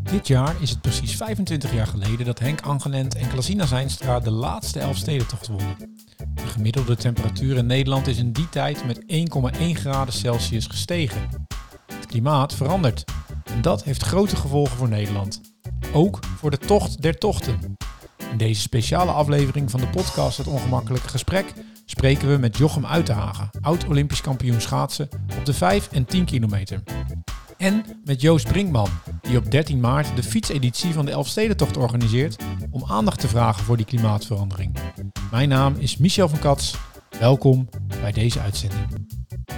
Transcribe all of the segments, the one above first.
Dit jaar is het precies 25 jaar geleden dat Henk Angelent en Klasina Zijnstra de laatste Elfstedentocht wonnen. De gemiddelde temperatuur in Nederland is in die tijd met 1,1 graden Celsius gestegen. Het klimaat verandert en dat heeft grote gevolgen voor Nederland. Ook voor de tocht der tochten. In deze speciale aflevering van de podcast Het Ongemakkelijke Gesprek spreken we met Jochem Uitenhagen, oud-Olympisch kampioen schaatsen op de 5 en 10 kilometer. En met Joost Brinkman, die op 13 maart de fietseditie van de Elfstedentocht organiseert om aandacht te vragen voor die klimaatverandering. Mijn naam is Michel van Kats. Welkom bij deze uitzending.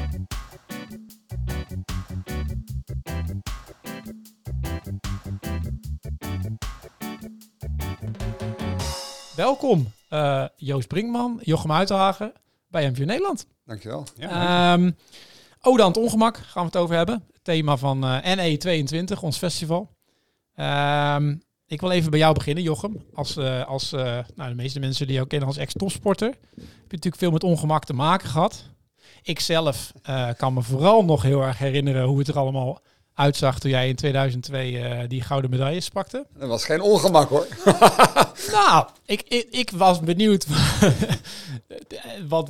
Welkom Joost Brinkman, Jochem Uitenhagen bij MVO Nederland. Dankjewel. Ja, Ode aan het ongemak gaan we het over hebben. Het thema van NE22, ons festival. Ik wil even bij jou beginnen, Jochem. Als de meeste mensen die jou kennen als ex-topsporter, heb je natuurlijk veel met ongemak te maken gehad. Ik zelf kan me vooral nog heel erg herinneren hoe het er allemaal uitzag toen jij in 2002 die gouden medailles pakte. Dat was geen ongemak, hoor. Nou, ik was benieuwd. Wat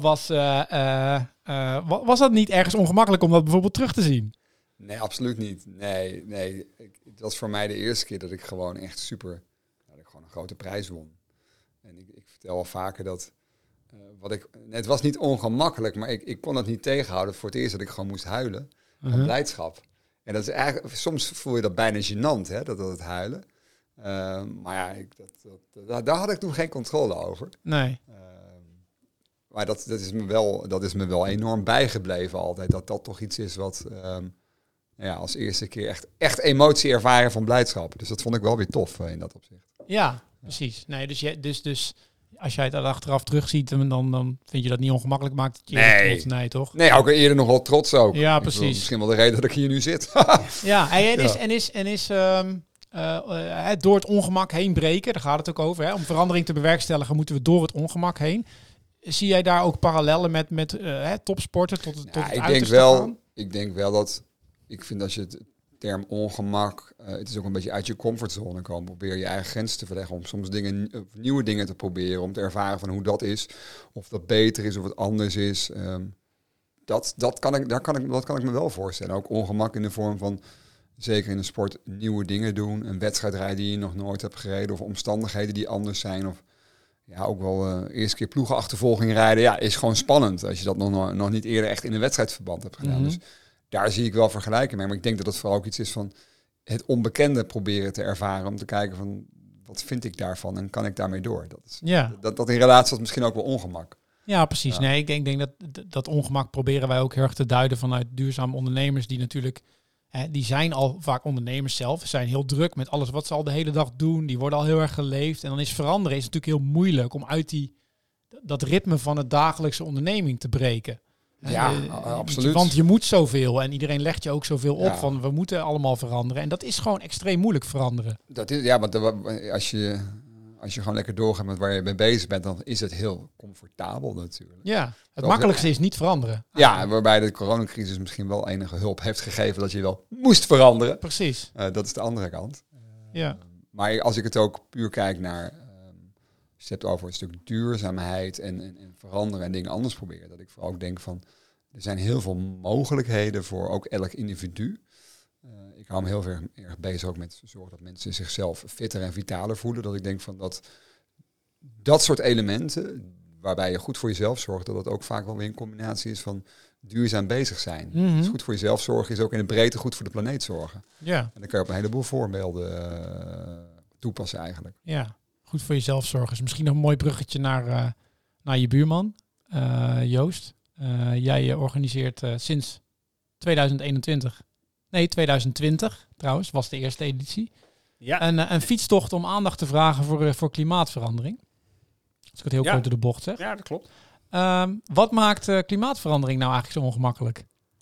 was dat niet ergens ongemakkelijk om dat bijvoorbeeld terug te zien? Nee, absoluut niet. Nee. Het was voor mij de eerste keer dat ik gewoon echt dat ik gewoon een grote prijs won. En ik vertel al vaker dat het was niet ongemakkelijk, maar ik kon het niet tegenhouden. Voor het eerst dat ik gewoon moest huilen van blijdschap. En dat is eigenlijk, soms voel je dat bijna gênant, hè, dat het huilen. Maar ja, daar had ik toen geen controle over. Nee. Maar dat is me wel enorm bijgebleven altijd. Dat toch iets is wat als eerste keer echt emotie ervaren van blijdschap. Dus dat vond ik wel weer tof in dat opzicht. Ja, precies. Nee, dus als jij het achteraf terugziet, dan vind je dat niet ongemakkelijk maakt. Nee, toch? Nee, ook eerder nog wel trots ook. Ja, precies. Misschien wel de reden dat ik hier nu zit. Ja, door het ongemak heen breken, daar gaat het ook over. Hè? Om verandering te bewerkstelligen moeten we door het ongemak heen. Zie jij daar ook parallellen met topsporten tot het uiterste gaan? Ik denk wel dat... Ik vind als je het term ongemak... het is ook een beetje uit je comfortzone komen. Probeer je eigen grenzen te verleggen. Om soms nieuwe dingen te proberen. Om te ervaren van hoe dat is. Of dat beter is of het anders is. Dat kan ik me wel voorstellen. Ook ongemak in de vorm van... Zeker in de sport nieuwe dingen doen. Een wedstrijd rijden die je nog nooit hebt gereden. Of omstandigheden die anders zijn. Of... Ja, ook wel eerste keer ploegenachtervolging rijden. Ja, is gewoon spannend als je dat nog niet eerder echt in een wedstrijdverband hebt gedaan. Dus daar zie ik wel vergelijken mee. Maar ik denk dat het vooral ook iets is van het onbekende proberen te ervaren. Om te kijken van, wat vind ik daarvan en kan ik daarmee door? Dat in relatie tot misschien ook wel ongemak. Ja, precies. Ja. Nee, ik denk dat ongemak proberen wij ook heel erg te duiden vanuit duurzame ondernemers die natuurlijk... die zijn al vaak ondernemers zelf, zijn heel druk met alles wat ze al de hele dag doen. Die worden al heel erg geleefd. En dan is veranderen natuurlijk heel moeilijk om uit dat ritme van het dagelijkse onderneming te breken. Ja, absoluut. Want je moet zoveel en iedereen legt je ook zoveel op van we moeten allemaal veranderen. En dat is gewoon extreem moeilijk veranderen. Dat is, ja, want als je gewoon lekker doorgaat met waar je mee bezig bent, dan is het heel comfortabel natuurlijk. Ja, het makkelijkste is niet veranderen. Ja, waarbij de coronacrisis misschien wel enige hulp heeft gegeven dat je wel moest veranderen. Precies. Dat is de andere kant. Ja. Maar als ik het ook puur kijk naar, als je het hebt over een stuk duurzaamheid en veranderen en dingen anders proberen, dat ik vooral ook denk van, er zijn heel veel mogelijkheden voor ook elk individu. Ik hou me heel erg bezig ook met zorgen dat mensen zichzelf fitter en vitaler voelen. Dat ik denk van dat soort elementen, waarbij je goed voor jezelf zorgt, dat het ook vaak wel weer een combinatie is van duurzaam bezig zijn. Dus goed voor jezelf zorgen is ook in de breedte goed voor de planeet zorgen. Ja. En dan kan je op een heleboel voorbeelden toepassen eigenlijk. Ja, goed voor jezelf zorgen is misschien nog een mooi bruggetje naar je buurman, Joost. Jij organiseert sinds 2021... Nee, 2020 trouwens, was de eerste editie. Ja. Een fietstocht om aandacht te vragen voor klimaatverandering. Als ik het heel kort door de bocht zeg. Ja, dat klopt. Wat maakt klimaatverandering nou eigenlijk zo ongemakkelijk?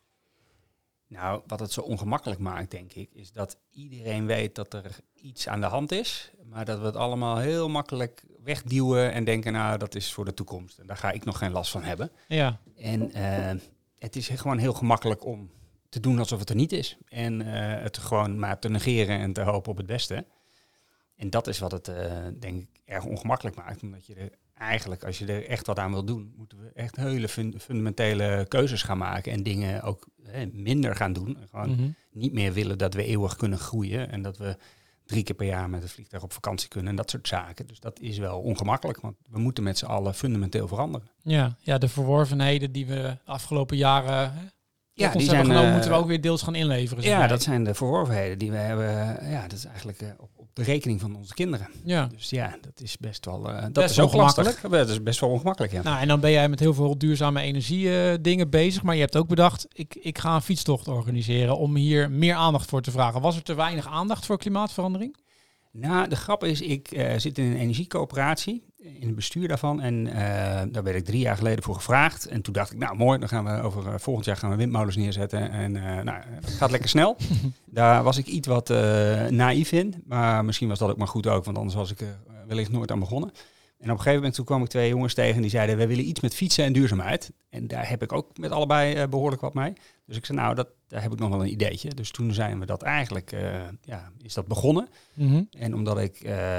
Nou, wat het zo ongemakkelijk maakt, denk ik, is dat iedereen weet dat er iets aan de hand is. Maar dat we het allemaal heel makkelijk wegduwen en denken, nou, dat is voor de toekomst. En daar ga ik nog geen last van hebben. Ja. En het is gewoon heel gemakkelijk om te doen alsof het er niet is. En het gewoon maar te negeren en te hopen op het beste. En dat is wat het, denk ik, erg ongemakkelijk maakt. Omdat je er eigenlijk, als je er echt wat aan wil doen, moeten we echt hele fundamentele keuzes gaan maken. En dingen ook minder gaan doen. Gewoon niet meer willen dat we eeuwig kunnen groeien. En dat we 3 keer per jaar met het vliegtuig op vakantie kunnen. En dat soort zaken. Dus dat is wel ongemakkelijk. Want we moeten met z'n allen fundamenteel veranderen. Ja, de verworvenheden die we de afgelopen jaren Ja, die zijn genomen, moeten we ook weer deels gaan inleveren. Ja, dat zijn de verworvenheden die we hebben. Ja, dat is eigenlijk op de rekening van onze kinderen. Ja. Dus ja, dat is best wel... dat best is wel ook lastig. ongemakkelijk. Dat is best wel ongemakkelijk, ja. Nou, en dan ben jij met heel veel duurzame energie dingen bezig. Maar je hebt ook bedacht, ik ga een fietstocht organiseren om hier meer aandacht voor te vragen. Was er te weinig aandacht voor klimaatverandering? Nou, de grap is, ik zit in een energiecoöperatie, in het bestuur daarvan. En daar werd ik 3 jaar geleden voor gevraagd. En toen dacht ik, nou mooi, dan gaan we volgend jaar gaan we windmolens neerzetten. En dat gaat lekker snel. Daar was ik iets wat naïef in. Maar misschien was dat ook maar goed ook, want anders was ik er wellicht nooit aan begonnen. En op een gegeven moment toen kwam ik 2 jongens tegen die zeiden, wij willen iets met fietsen en duurzaamheid. En daar heb ik ook met allebei behoorlijk wat mee. Dus ik zei, nou, daar heb ik nog wel een ideetje. Dus toen zijn we dat eigenlijk, is dat begonnen. Mm-hmm. En omdat ik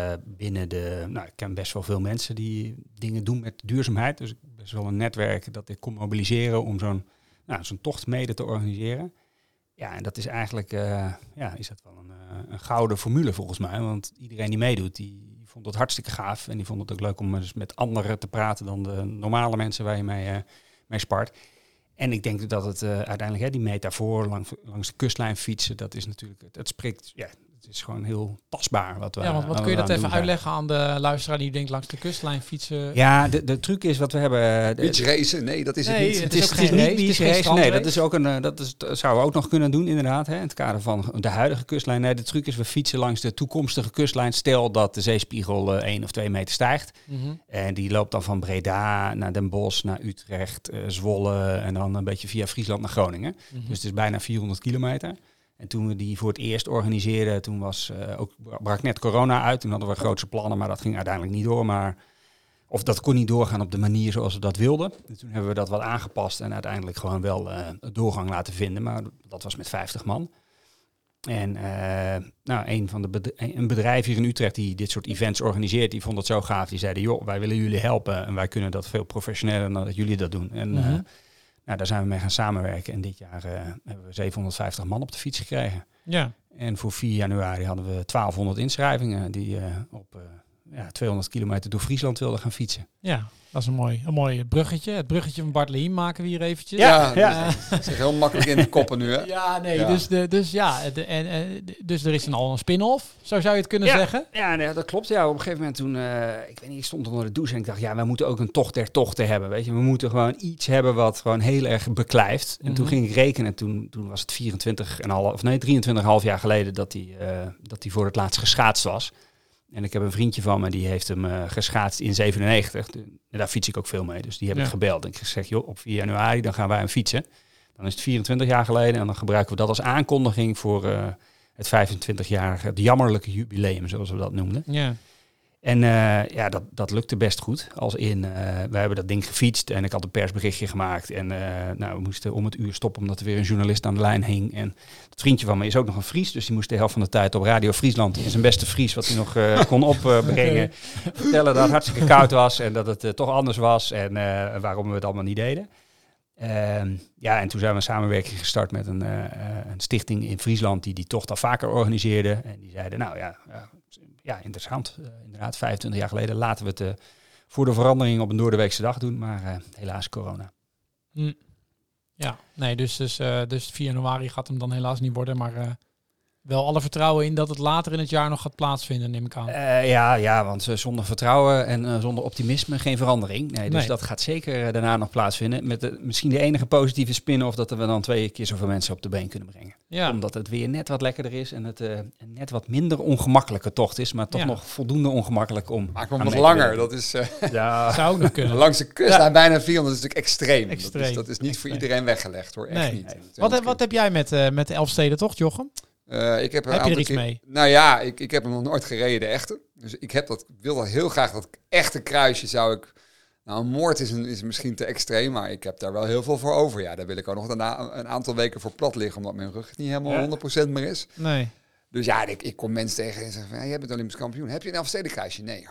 ik ken best wel veel mensen die dingen doen met duurzaamheid. Dus ik heb best wel een netwerk dat ik kon mobiliseren om zo'n tocht mede te organiseren. Ja, en dat is eigenlijk, is dat wel een gouden formule volgens mij. Want iedereen die meedoet, die vond het hartstikke gaaf. En die vond het ook leuk om dus met anderen te praten dan de normale mensen waar je mee spart. En ik denk dat het uiteindelijk, die metafoor langs de kustlijn fietsen, dat is natuurlijk, het spreekt, het is gewoon heel tastbaar. Wat want kun je dat even uitleggen aan de luisteraar die denkt langs de kustlijn fietsen? Ja, de truc is wat we hebben. Beach racen? Nee, dat is het niet. Het is geen niet race, beach het is race. Nee, dat is ook dat zouden we ook nog kunnen doen inderdaad. In het kader van de huidige kustlijn. Nee, de truc is we fietsen langs de toekomstige kustlijn. Stel dat de zeespiegel 1 of 2 meter stijgt. Mm-hmm. En die loopt dan van Breda naar Den Bosch, naar Utrecht, Zwolle en dan een beetje via Friesland naar Groningen. Mm-hmm. Dus het is bijna 400 kilometer. En toen we die voor het eerst organiseerden, toen brak net corona uit. Toen hadden we grootse plannen, maar dat ging uiteindelijk niet door. Of dat kon niet doorgaan op de manier zoals we dat wilden. En toen hebben we dat wat aangepast en uiteindelijk gewoon wel doorgang laten vinden. Maar dat was met 50 man. En een bedrijf hier in Utrecht die dit soort events organiseert, die vond het zo gaaf. Die zeiden, joh, wij willen jullie helpen en wij kunnen dat veel professioneler dan dat jullie dat doen. En daar zijn we mee gaan samenwerken. En dit jaar hebben we 750 man op de fiets gekregen. Ja. En voor 4 januari hadden we 1200 inschrijvingen die op 200 kilometer door Friesland wilden gaan fietsen. Ja, dat is een mooi bruggetje. Het bruggetje van Bart Lehiem maken we hier eventjes. Dat is heel makkelijk in de koppen nu, hè? Dus er is al een spin-off, zo zou je het kunnen zeggen. Ja, nee, dat klopt. Ja, op een gegeven moment toen, ik stond onder de douche en ik dacht, wij moeten ook een tocht der tochten hebben, weet je. We moeten gewoon iets hebben wat gewoon heel erg beklijft. En toen ging ik rekenen, toen was het 23,5 jaar geleden dat hij voor het laatst geschaatst was. En ik heb een vriendje van me, die heeft hem geschaatst in 97. Daar fiets ik ook veel mee, dus die heb ik gebeld. En ik heb gezegd, joh, op 4 januari, dan gaan wij hem fietsen. Dan is het 24 jaar geleden en dan gebruiken we dat als aankondiging voor het 25-jarige, het jammerlijke jubileum, zoals we dat noemden. Ja. En dat lukte best goed. Als in, we hebben dat ding gefietst en ik had een persberichtje gemaakt. En we moesten om het uur stoppen omdat er weer een journalist aan de lijn hing. En het vriendje van me is ook nog een Fries. Dus die moest de helft van de tijd op Radio Friesland in zijn beste Fries, wat hij nog kon opbrengen, vertellen dat het hartstikke koud was en dat het toch anders was. En waarom we het allemaal niet deden. En toen zijn we een samenwerking gestart met een stichting in Friesland die tocht al vaker organiseerde. En die zeiden, interessant. Inderdaad, 25 jaar geleden laten we het voor de verandering op een doordeweekse dag doen. Maar helaas corona. Ja, nee, dus 4 januari gaat hem dan helaas niet worden. Maar wel alle vertrouwen in dat het later in het jaar nog gaat plaatsvinden, neem ik aan. Want zonder vertrouwen en zonder optimisme geen verandering. Nee, dat gaat zeker daarna nog plaatsvinden. Met misschien de enige positieve spin-off dat we dan 2 keer zoveel mensen op de been kunnen brengen. Ja. Omdat het weer net wat lekkerder is en het een net wat minder ongemakkelijke tocht is, maar toch nog voldoende ongemakkelijk om. Maak hem nog langer. Dat is zou ook nog kunnen. Langs de kust bijna 400 is natuurlijk extreem. Dat is niet voor iedereen weggelegd hoor. Echt niet. Wat heb jij met de Elfstedentocht, Jochem? Ik heb je er iets mee? Nou ja, ik heb hem nog nooit gereden, de echte. Dus wil dat heel graag, dat echte kruisje zou ik Nou, een moord is misschien te extreem, maar ik heb daar wel heel veel voor over. Ja, daar wil ik ook nog een aantal weken voor plat liggen, omdat mijn rug niet helemaal 100% meer is. Nee. Dus ja, ik kom mensen tegen en zeggen van, jij bent Olympisch kampioen. Heb je een Elfstedenkruisje? Nee.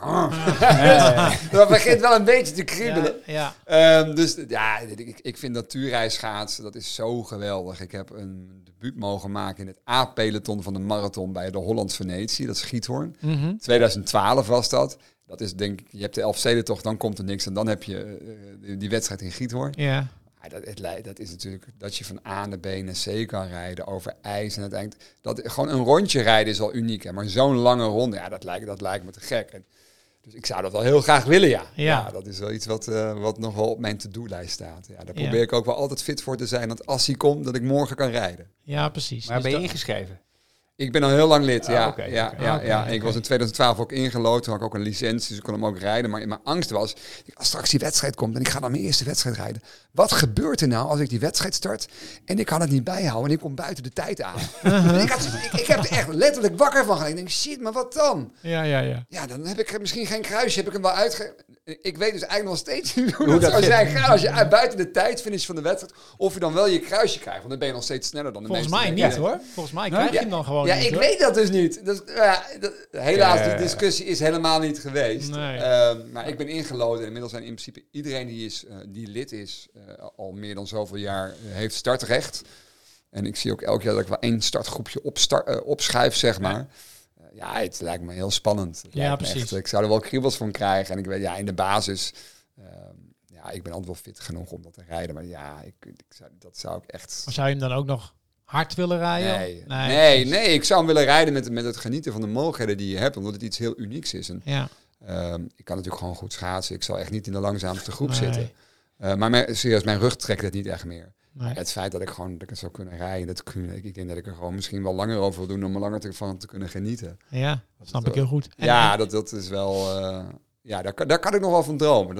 Dat begint wel een beetje te kriebelen. Dus ja, ik vind dat natuurijsschaatsen, dat is zo geweldig. Ik heb een debuut mogen maken in het A-peloton van de marathon bij de Holland-Venetië. Dat is Giethoorn. 2012 was dat. Dat is denk ik, je hebt de Elfstedentocht, dan komt er niks. En dan heb je die wedstrijd in Giethoorn. Ja. Dat is natuurlijk dat je van A naar B naar C kan rijden over ijs. En uiteindelijk, gewoon een rondje rijden is al uniek. Hè? Maar zo'n lange ronde, ja, dat lijkt me te gek. Dus ik zou dat wel heel graag willen, ja. Dat is wel iets wat nog wel op mijn to-do-lijst staat. Ja, daar probeer ik ook wel altijd fit voor te zijn. Dat als hij komt, dat ik morgen kan rijden. Ja, precies. Maar ben je ingeschreven? Ik ben al heel lang lid, ja. Okay. Ik was in 2012 ook ingelood. Toen had ik ook een licentie, dus ik kon hem ook rijden. Maar mijn angst was, als straks die wedstrijd komt en ik ga dan mijn eerste wedstrijd rijden. Wat gebeurt er nou als ik die wedstrijd start en ik kan het niet bijhouden en ik kom buiten de tijd aan? Ik heb er echt letterlijk wakker van gedaan. Ik denk, shit, maar wat dan? Ja. Ja, dan heb ik misschien geen kruisje, heb ik hem wel Ik weet dus eigenlijk nog steeds niet hoe dat zou zijn. Als je buiten de tijd finish van de wedstrijd, of je dan wel je kruisje krijgt. Want dan ben je nog steeds sneller dan de meeste. Volgens mij niet, hoor. Volgens mij krijg je hem dan gewoon niet, ik weet dat dus niet. Dus, helaas, die discussie is helemaal niet geweest. Nee. Maar ik ben ingeloden. En inmiddels zijn in principe iedereen die lid is, al meer dan zoveel jaar, heeft startrecht. En ik zie ook elk jaar dat ik wel 1 startgroepje opschuif, zeg maar. Het lijkt me heel spannend. Precies. Echt, ik zou er wel kriebels van krijgen. En ik weet, in de basis... ik ben altijd wel fit genoeg om dat te rijden. Maar dat zou ik echt... Maar zou je hem dan ook nog hard willen rijden? Nee. Ik zou hem willen rijden met het genieten van de mogelijkheden die je hebt. Omdat het iets heel unieks is. En, ik kan natuurlijk gewoon goed schaatsen. Ik zal echt niet in de langzaamste groep zitten. Maar serieus, mijn rug trekt het niet echt meer. Nee. Het feit dat ik het zou kunnen rijden, ik denk dat ik er gewoon misschien wel langer over wil doen om er langer van te kunnen genieten. Ja, dat snap ik heel goed. Dat is wel... daar kan ik nog wel van dromen.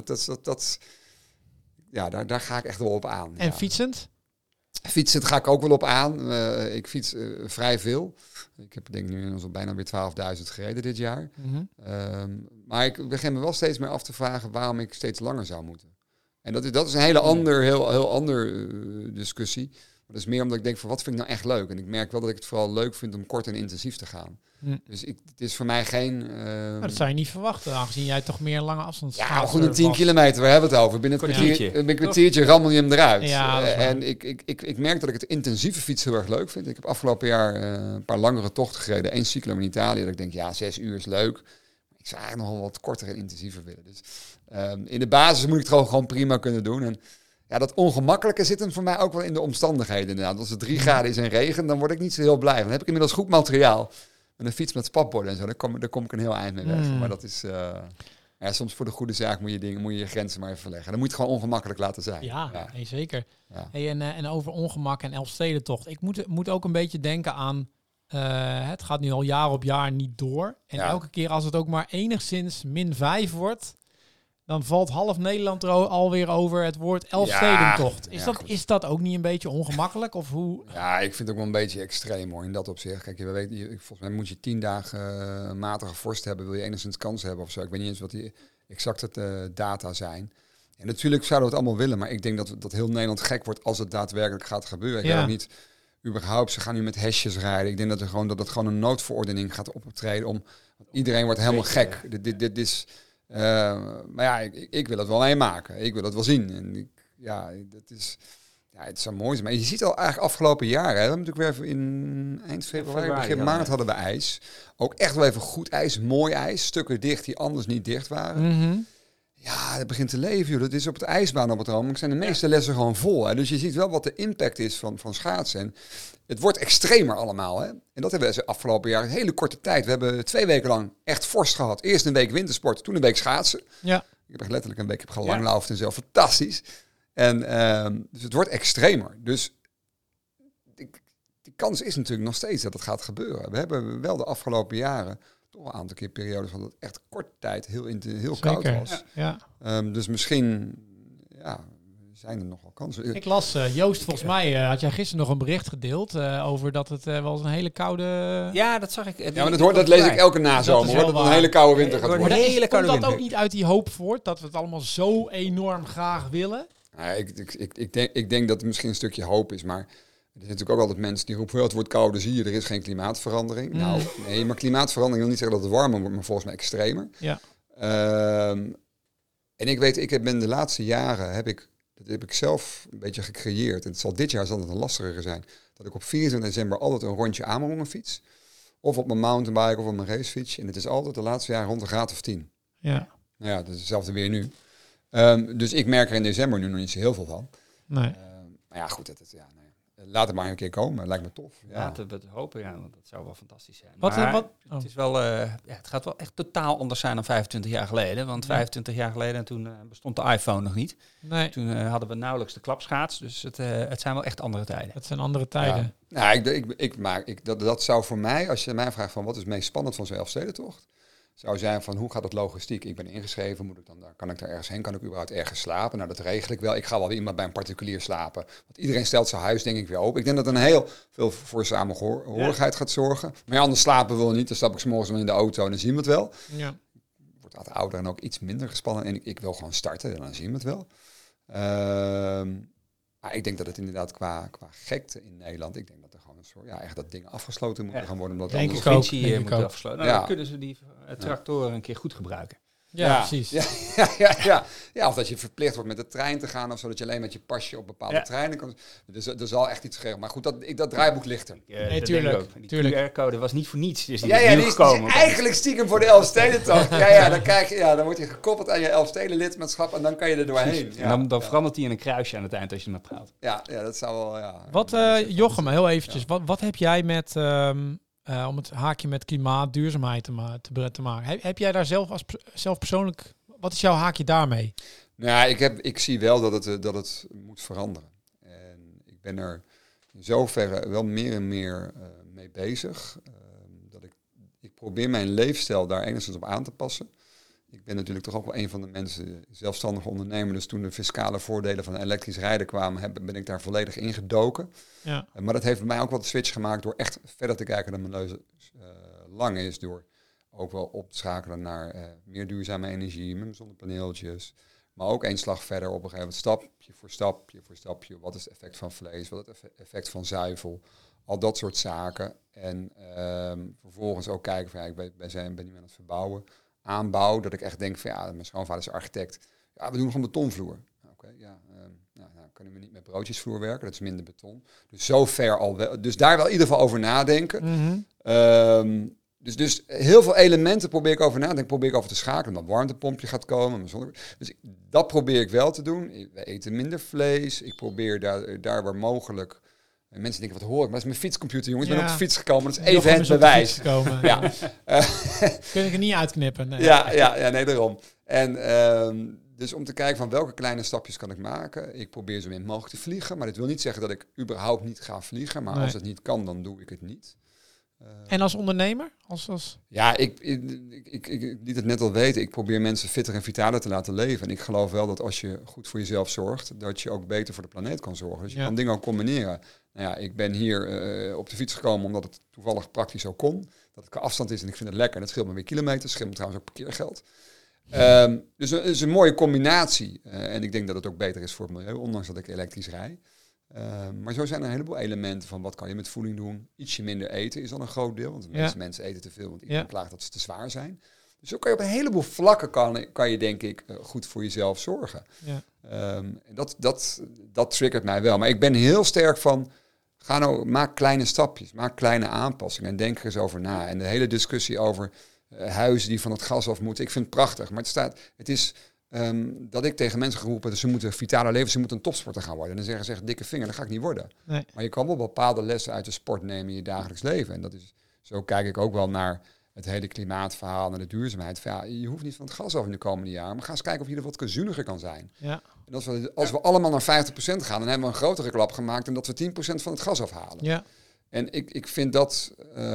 Daar ga ik echt wel op aan. En fietsend? Fietsend ga ik ook wel op aan. Ik fiets vrij veel. Ik heb denk ik nu al bijna weer 12.000 gereden dit jaar. Maar ik begin me wel steeds meer af te vragen waarom ik steeds langer zou moeten. En dat is een hele heel ander discussie. Maar dat is meer omdat ik denk van wat vind ik nou echt leuk. En ik merk wel dat ik het vooral leuk vind om kort en intensief te gaan. Dus het is voor mij geen... dat zou je niet verwachten, aangezien jij toch meer lange afstand gaat. Ja, goed, 10 kilometer, waar hebben we het over? Binnen een kwartiertje rammel je hem eruit. En ik merk dat ik het intensieve fietsen heel erg leuk vind. Ik heb afgelopen jaar een paar langere tochten gereden. 1 cyclum in Italië. Dat ik denk, 6 uur is leuk. Ik zou eigenlijk nog wel wat korter en intensiever willen. Dus in de basis moet ik het gewoon prima kunnen doen. En dat ongemakkelijke zit hem voor mij ook wel in de omstandigheden. Inderdaad. Als het 3 graden is en regen, dan word ik niet zo heel blij. Dan heb ik inmiddels goed materiaal. Met een fiets met spatborden en zo, daar kom ik een heel eind mee weg. Maar dat is... soms voor de goede zaak moet je je grenzen maar even verleggen. Dan moet je het gewoon ongemakkelijk laten zijn. Ja. Nee, zeker. Ja. Hey, en over ongemak en Elfstedentocht. Ik moet ook een beetje denken aan... het gaat nu al jaar op jaar niet door. En elke keer als het ook maar enigszins -5 wordt... dan valt half Nederland er alweer over het woord Elfstedentocht. Is dat ook niet een beetje ongemakkelijk? Of hoe? Ja, ik vind het ook wel een beetje extreem hoor, in dat opzicht. Kijk, volgens mij moet je 10 dagen matige vorst hebben... wil je enigszins kans hebben of zo. Ik weet niet eens wat die exacte data zijn. En natuurlijk zouden we het allemaal willen... maar ik denk dat heel Nederland gek wordt als het daadwerkelijk gaat gebeuren. Ik weet ook niet... überhaupt, ze gaan nu met hesjes rijden. Ik denk dat het gewoon een noodverordening gaat optreden. Iedereen wordt helemaal gek. Dit is... maar ik wil het wel meemaken. Ik wil het wel zien. En het zou mooi zijn. Maar je ziet al eigenlijk afgelopen jaren... We hebben natuurlijk weer in eind februari, begin maart hadden we ijs. Ook echt wel even goed ijs, mooi ijs. Stukken dicht die anders niet dicht waren. Mm-hmm. Ja, het begint te leven. Joh. Dat is op het ijsbaan op het ogenblik. Zijn de meeste lessen gewoon vol. Hè? Dus je ziet wel wat de impact is van schaatsen. En het wordt extremer allemaal. Hè? En dat hebben we afgelopen jaar een hele korte tijd. We hebben 2 weken lang echt vorst gehad. Eerst een week wintersport, toen een week schaatsen. Ja. Ik heb echt letterlijk een week gelanglaufd en zo. Fantastisch. En dus het wordt extremer. Dus die kans is natuurlijk nog steeds dat het gaat gebeuren. We hebben wel de afgelopen jaren... toch een aantal keer periodes van dat het echt korte tijd heel koud was. Ja. Dus misschien zijn er nogal kansen. Ik las, Joost, volgens mij had jij gisteren nog een bericht gedeeld over dat het wel eens een hele koude... Ja, dat zag ik. Ja, maar dat lees ik elke nazomer, Dat is dat het wel een hele koude winter gaat wordt worden. een hele koude Komt dat winter. ook niet uit die hoop voort, dat we het allemaal zo enorm graag willen? Ja, ik denk dat het misschien een stukje hoop is, maar er zijn natuurlijk ook altijd mensen die roepen, het wordt kouder, zie je, er is geen klimaatverandering. Nou, nee, maar klimaatverandering wil niet zeggen dat het warmer wordt, maar volgens mij extremer. Ja. En ik ben de laatste jaren, dat heb ik zelf een beetje gecreëerd. En het zal dit jaar zal het een lastiger zijn. Dat ik op 24 december altijd een rondje Amerongen fiets. Of op mijn mountainbike of op mijn racefiets. En het is altijd de laatste jaren rond een graad of 10. Ja. Nou ja, dat is hetzelfde weer nu. Dus ik merk er in december nu nog niet zo heel veel van. Nee. Maar ja, goed, laat het maar een keer komen. Lijkt me tof. Ja. Laten we het hopen, ja, want dat zou wel fantastisch zijn. Wat- Maar wat- het is wel, het gaat wel echt totaal anders zijn dan 25 jaar geleden. Want 25 jaar geleden, toen bestond de iPhone nog niet. Nee, Toen hadden we nauwelijks de klapschaats. Dus het zijn wel echt andere tijden. het zijn andere tijden. Ja. Nou, dat zou voor mij, als je mij vraagt van wat is het meest spannend van zo'n Elfstedentocht, zou zijn van hoe gaat het logistiek? Ik ben ingeschreven, kan ik daar ergens heen? Kan ik überhaupt ergens slapen? Nou, dat regel ik wel. Ik ga wel weer iemand bij een particulier slapen. Want iedereen stelt zijn huis denk ik weer open. Ik denk dat een heel veel voor samenhorigheid gaat zorgen. Maar ja, anders slapen wil niet. Dan stap ik 's morgens wel in de auto en dan zien we het wel. Ja. Wordt altijd ouder en ook iets minder gespannen. En ik wil gewoon starten en dan zien we het wel. Maar ik denk dat het inderdaad qua gekte in Nederland, ik denk dat er gewoon een soort, echt dat dingen afgesloten moeten gaan worden. Omdat Denk anders- ik ook. Provincie denk ik moet ook. afgesloten. Nou, Ja. dan kunnen ze die tractoren een keer goed gebruiken. Ja, precies. Ja, of dat je verplicht wordt met de trein te gaan of zo, dat je alleen met je pasje op bepaalde treinen kan. Dus er zal echt iets geregeld. Maar goed, dat draaiboek ligt er. Dat tuurlijk, denk ik ook. Die tuurlijk. QR-code was niet voor niets. Dus die Ja, is die nu is gekomen. eigenlijk stiekem voor de Elfstedentocht. Dan word je gekoppeld aan je Elfstedenlidmaatschap en dan kan je er doorheen. En dan verandert hij in een kruisje aan het eind als je hem hebt gehaald. Ja, dat zou wel, ja. Wat, Jochem, heel eventjes. Wat heb jij met, om het haakje met klimaat, duurzaamheid te maken? Heb jij daar zelf persoonlijk, wat is jouw haakje daarmee? Nou, ik zie wel dat het moet veranderen. En ik ben er in zoverre wel meer en meer mee bezig. Dat ik probeer mijn leefstijl daar enigszins op aan te passen. Ik ben natuurlijk toch ook wel een van de mensen, zelfstandige ondernemer. Dus toen de fiscale voordelen van elektrisch rijden kwamen, ben ik daar volledig ingedoken. Ja. Maar dat heeft bij mij ook wel de switch gemaakt door echt verder te kijken dan mijn neus lang is. Door ook wel op te schakelen naar meer duurzame energie, met zonnepaneeltjes. Maar ook één slag verder op een gegeven moment, stapje voor stapje. Wat is het effect van vlees? Wat is het effect van zuivel? Al dat soort zaken. En vervolgens ook kijken van, ik ben nu aan het verbouwen. Aanbouw, dat ik echt denk van, mijn schoonvader is architect. Ja, we doen gewoon betonvloer. Oké, kunnen we niet met broodjesvloer werken, dat is minder beton. Dus zover al wel. Dus daar wel in ieder geval over nadenken. Mm-hmm. Dus heel veel elementen probeer ik over na te denken, probeer ik over te schakelen. Dat warmtepompje gaat komen. Dus dat probeer ik wel te doen. We eten minder vlees. Ik probeer daar waar mogelijk. En mensen denken, wat hoor ik? Maar dat is mijn fietscomputer, jongens. Ik ben op de fiets gekomen. Dat is even het bewijs. Ja. Kun ik er niet uitknippen. Nee. Nee, daarom. En dus om te kijken van welke kleine stapjes kan ik maken. Ik probeer zo min mogelijk te vliegen. Maar dat wil niet zeggen dat ik überhaupt niet ga vliegen. Maar als het niet kan, dan doe ik het niet. En als ondernemer? Ja, ik liet het net al weten. Ik probeer mensen fitter en vitaler te laten leven. En ik geloof wel dat als je goed voor jezelf zorgt, dat je ook beter voor de planeet kan zorgen. Dus je kan dingen ook combineren. Nou ja, ik ben hier op de fiets gekomen omdat het toevallig praktisch ook kon. Dat het qua afstand is en ik vind het lekker. En dat scheelt me weer kilometers. Scheelt me trouwens ook parkeergeld. Dus het is een mooie combinatie. En ik denk dat het ook beter is voor het milieu, ondanks dat ik elektrisch rijd. Maar zo zijn er een heleboel elementen van wat kan je met voeding doen. Ietsje minder eten is al een groot deel. Want de meeste mensen eten te veel, want iedereen klaagt dat ze te zwaar zijn. Dus zo kan je op een heleboel vlakken kan je denk ik goed voor jezelf zorgen. Ja. En dat triggert mij wel. Maar ik ben heel sterk van, maak kleine stapjes, maak kleine aanpassingen en denk er eens over na. En de hele discussie over huizen die van het gas af moeten, ik vind het prachtig. Maar het is dat ik tegen mensen geroepen dat ze moeten vitaler leven, ze moeten een topsporter gaan worden. En dan zeggen ze dikke vinger, dat ga ik niet worden. Nee. Maar je kan wel bepaalde lessen uit de sport nemen in je dagelijks leven. En zo kijk ik ook wel naar het hele klimaatverhaal en de duurzaamheid. Je hoeft niet van het gas af in de komende jaren, maar ga eens kijken of je er wat zuiniger kan zijn. Ja. En als we allemaal naar 50% gaan, dan hebben we een grotere klap gemaakt dan dat we 10% van het gas afhalen. Ja. En ik vind dat,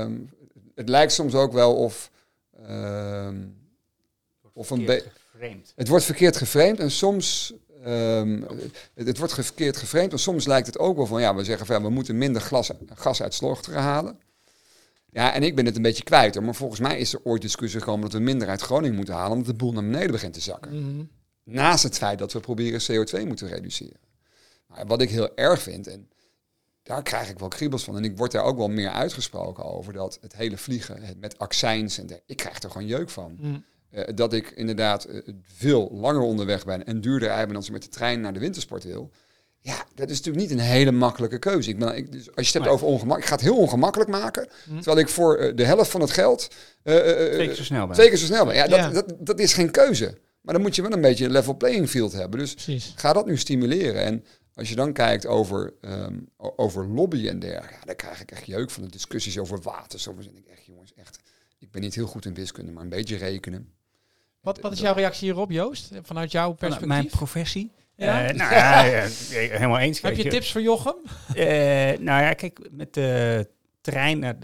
het lijkt soms ook wel of een geframed. Het wordt verkeerd geframed en soms Het wordt verkeerd geframed. Maar soms lijkt het ook wel van, we zeggen van we moeten minder gas uit Slochteren halen. Ja, en ik ben het een beetje kwijt hoor. Maar volgens mij is er ooit discussie gekomen dat we minder uit Groningen moeten halen, omdat de boel naar beneden begint te zakken. Mm-hmm. Naast het feit dat we proberen CO2 moeten reduceren. Maar wat ik heel erg vind, en daar krijg ik wel kriebels van. En ik word daar ook wel meer uitgesproken over. Dat het hele vliegen, met accijns, ik krijg er gewoon jeuk van. Mm. Dat ik inderdaad veel langer onderweg ben en duurder rijden ben als ik met de trein naar de wintersport wil. Ja, dat is natuurlijk niet een hele makkelijke keuze. Dus als je het hebt over ongemak, ik ga het heel ongemakkelijk maken. Terwijl ik voor de helft van het geld 2 keer zo snel ben. 2 keer zo snel ben. Ja, dat is geen keuze. Maar dan moet je wel een beetje een level playing field hebben. Dus Precies. Ga dat nu stimuleren. En als je dan kijkt over lobby en dergelijke, dan krijg ik echt jeuk van de discussies over water. Zo denk ik echt, jongens, ik ben niet heel goed in wiskunde, maar een beetje rekenen. Wat is jouw reactie hierop, Joost? Vanuit jouw perspectief? Mijn professie? Ja? Helemaal eens. Heb je tips voor Jochem? Kijk, met de trein naar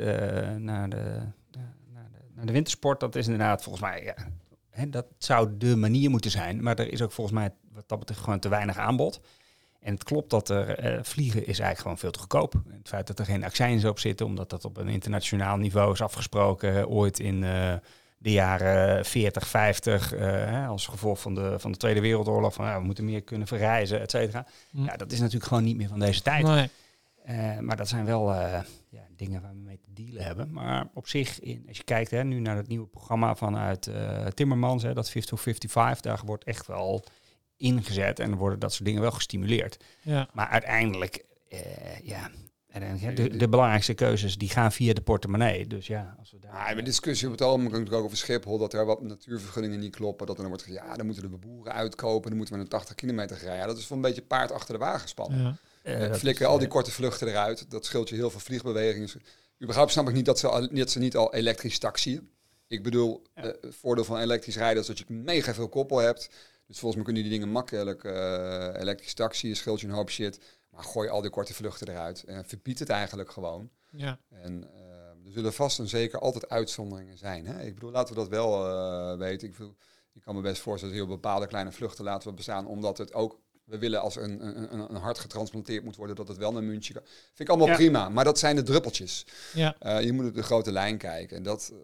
de wintersport, dat is inderdaad volgens mij, dat zou de manier moeten zijn. Maar er is ook volgens mij wat dat betreft gewoon te weinig aanbod. En het klopt dat er vliegen is eigenlijk gewoon veel te goedkoop. Het feit dat er geen accijns op zitten, omdat dat op een internationaal niveau is afgesproken, ooit in de jaren 40, 50, als gevolg van de Tweede Wereldoorlog, van we moeten meer kunnen verreizen, et cetera. Ja, dat is natuurlijk gewoon niet meer van deze tijd. Nee. Maar dat zijn wel dingen waar we mee te dealen hebben. Maar op zich, als je kijkt nu naar het nieuwe programma vanuit Timmermans, dat Fit for 55, daar wordt echt wel ingezet en worden dat soort dingen wel gestimuleerd. Ja. Maar uiteindelijk, de belangrijkste keuzes die gaan via de portemonnee. Dus als we daar... de discussie op het algemeen natuurlijk ook over Schiphol, dat er wat natuurvergunningen niet kloppen, dat er dan wordt gezegd, dan moeten de boeren uitkopen, dan moeten we een 80 kilometer rijden. Ja, dat is wel een beetje paard achter de wagen spannen. Ja. Flikken al die korte vluchten eruit, dat scheelt je heel veel vliegbewegingen. Überhaupt snap ik niet dat ze niet al elektrisch taxiën. Ik bedoel, het voordeel van elektrisch rijden is dat je mega veel koppel hebt. Dus volgens mij kunnen die dingen makkelijk elektrisch taxiën, scheelt je een hoop shit. Maar gooi al die korte vluchten eruit en verbied het eigenlijk gewoon. Ja. En er zullen vast en zeker altijd uitzonderingen zijn. Hè? Ik bedoel, laten we dat wel weten. Ik kan me best voorstellen dat heel bepaalde kleine vluchten laten we bestaan, omdat het ook, we willen als een hart getransplanteerd moet worden, dat het wel naar München kan. Vind ik allemaal prima, maar dat zijn de druppeltjes. Ja. Je moet op de grote lijn kijken. En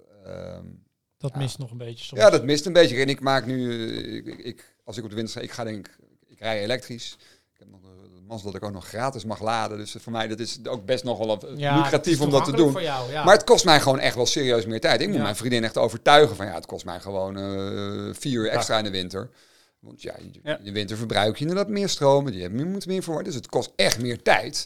dat mist nog een beetje soms. Ja, dat mist een beetje. En ik maak nu, als ik op de winter sta, ik rij elektrisch. Ik heb nog de mazzel dat ik ook nog gratis mag laden. Dus voor mij dat is ook best nog wel lucratief om dat te doen. Voor jou, ja. Maar het kost mij gewoon echt wel serieus meer tijd. Ik moet mijn vriendin echt overtuigen van het kost mij gewoon 4 uur extra in de winter. Want in de winter verbruik je inderdaad meer stroom. Je moet meer voor. Dus het kost echt meer tijd.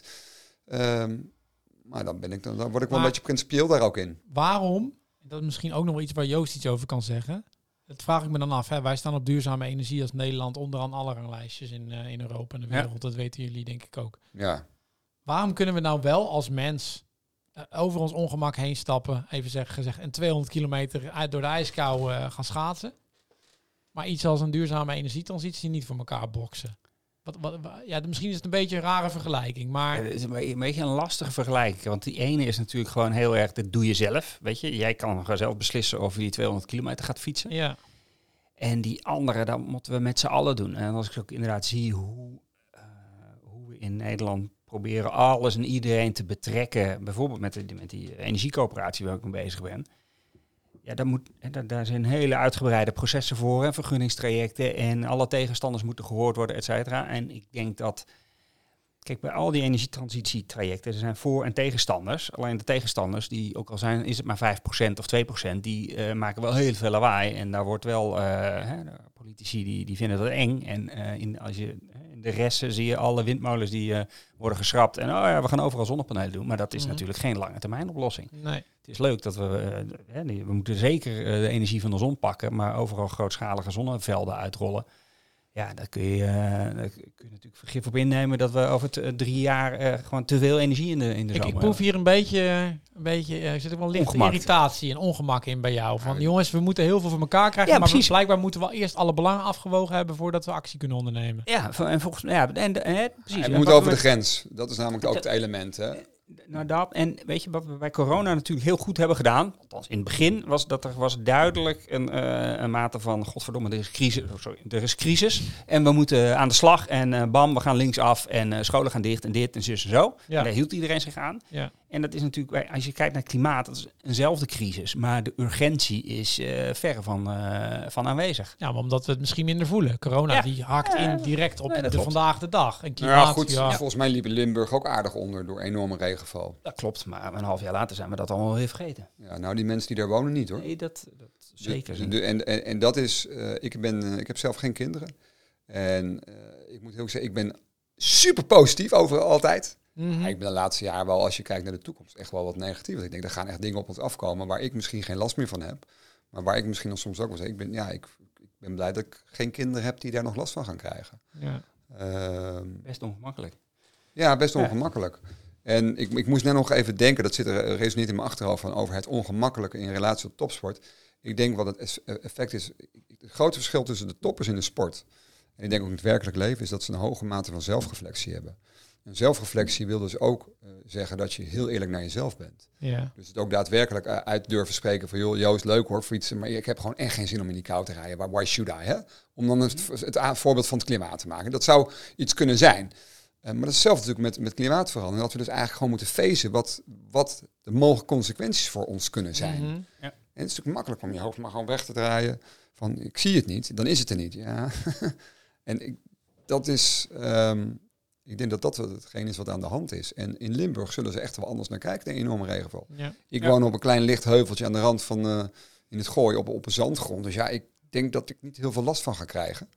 Maar dan word ik wel een beetje principieel daar ook in. Waarom? Dat is misschien ook nog wel iets waar Joost iets over kan zeggen. Dat vraag ik me dan af. Wij staan op duurzame energie als Nederland onderaan alle ranglijstjes in Europa en de wereld. Ja. Dat weten jullie denk ik ook. Ja. Waarom kunnen we nou wel als mens over ons ongemak heen stappen, even gezegd, en 200 kilometer door de ijskou gaan schaatsen, maar iets als een duurzame energietransitie niet voor elkaar boksen? Misschien is het een beetje een rare vergelijking, maar... Het is een beetje een lastige vergelijking, want die ene is natuurlijk gewoon heel erg, dat doe je zelf, weet je. Jij kan gewoon zelf beslissen of je die 200 kilometer gaat fietsen. Ja. En die andere, dat moeten we met z'n allen doen. En als ik ook inderdaad zie hoe we in Nederland proberen alles en iedereen te betrekken, bijvoorbeeld met die energiecoöperatie waar ik mee bezig ben. Ja, daar zijn hele uitgebreide processen voor en vergunningstrajecten en alle tegenstanders moeten gehoord worden, et cetera. En ik denk dat, kijk, bij al die energietransitietrajecten, er zijn voor- en tegenstanders. Alleen de tegenstanders, die ook al zijn, is het maar 5% of 2%, die maken wel heel veel lawaai. En daar wordt wel, de politici die vinden dat eng. En in de resten zie je alle windmolens die worden geschrapt. En we gaan overal zonnepanelen doen. Maar dat is natuurlijk geen lange termijn oplossing. Nee. Het is leuk dat we moeten zeker de energie van de zon pakken, maar overal grootschalige zonnevelden uitrollen. Ja, daar kun je natuurlijk vergif op innemen dat we over 3 jaar gewoon te veel energie in de zomer hebben. Ik proef hier een beetje er zit ook wel lichte irritatie en ongemak in bij jou. Van jongens, we moeten heel veel voor elkaar krijgen, maar blijkbaar moeten we eerst alle belangen afgewogen hebben voordat we actie kunnen ondernemen. Ja, en volgens mij, precies. Je moet over de grens. Dat is namelijk ook het element, hè? Nou dat, en weet je wat we bij corona natuurlijk heel goed hebben gedaan, althans in het begin, was dat er was duidelijk een mate van, godverdomme, er is crisis en we moeten aan de slag en bam, we gaan linksaf en scholen gaan dicht en dit en zus en zo. Ja. En daar hield iedereen zich aan. Ja. En dat is natuurlijk, als je kijkt naar het klimaat, dat is eenzelfde crisis, maar de urgentie is verre van aanwezig. Ja, maar omdat we het misschien minder voelen. Corona die hakt in direct op Nee, dat de klopt. vandaag de dag. En Ja, klimaat, goed. ja. Volgens mij liep Limburg ook aardig onder door enorme regenval. Dat klopt, maar een half jaar later zijn we dat allemaal weer vergeten. Ja, nou, die mensen die daar wonen niet, hoor. Nee, dat zeker niet. En dat is... ik heb zelf geen kinderen. En ik moet heel zeggen, ik ben super positief over altijd. Mhm. Maar ik ben de laatste jaren wel, als je kijkt naar de toekomst, echt wel wat negatief. Want ik denk, er gaan echt dingen op ons afkomen waar ik misschien geen last meer van heb. Maar waar ik misschien dan soms ook wel zeg, ik ben blij dat ik geen kinderen heb die daar nog last van gaan krijgen. Ja. Best ongemakkelijk. Ja, best ongemakkelijk. En ik moest net nog even denken, dat resoneert in mijn achterhoofd van over het ongemakkelijke in relatie tot topsport. Ik denk wat het effect is, het grote verschil tussen de toppers in de sport en ik denk ook in het werkelijk leven is dat ze een hoge mate van zelfreflectie hebben. En zelfreflectie wil dus ook zeggen dat je heel eerlijk naar jezelf bent. Ja. Dus het ook daadwerkelijk uit durven spreken van, joh, Joost, leuk hoor, fietsen, maar ik heb gewoon echt geen zin om in die kou te rijden. Why should I? Hè? Om dan het voorbeeld van het klimaat te maken. Dat zou iets kunnen zijn. Maar dat is hetzelfde natuurlijk met klimaatverandering. Dat we dus eigenlijk gewoon moeten facen wat de mogelijke consequenties voor ons kunnen zijn. Mhm. Ja. En het is natuurlijk makkelijk om je hoofd maar gewoon weg te draaien. Van, ik zie het niet, dan is het er niet. Ja. En dat is... ik denk dat dat hetgeen is wat aan de hand is. En in Limburg zullen ze echt wel anders naar kijken, de enorme regenval. Ja. Ik woon op een klein licht heuveltje aan de rand van in het Gooi op een zandgrond. Dus ja, ik denk dat ik niet heel veel last van ga krijgen.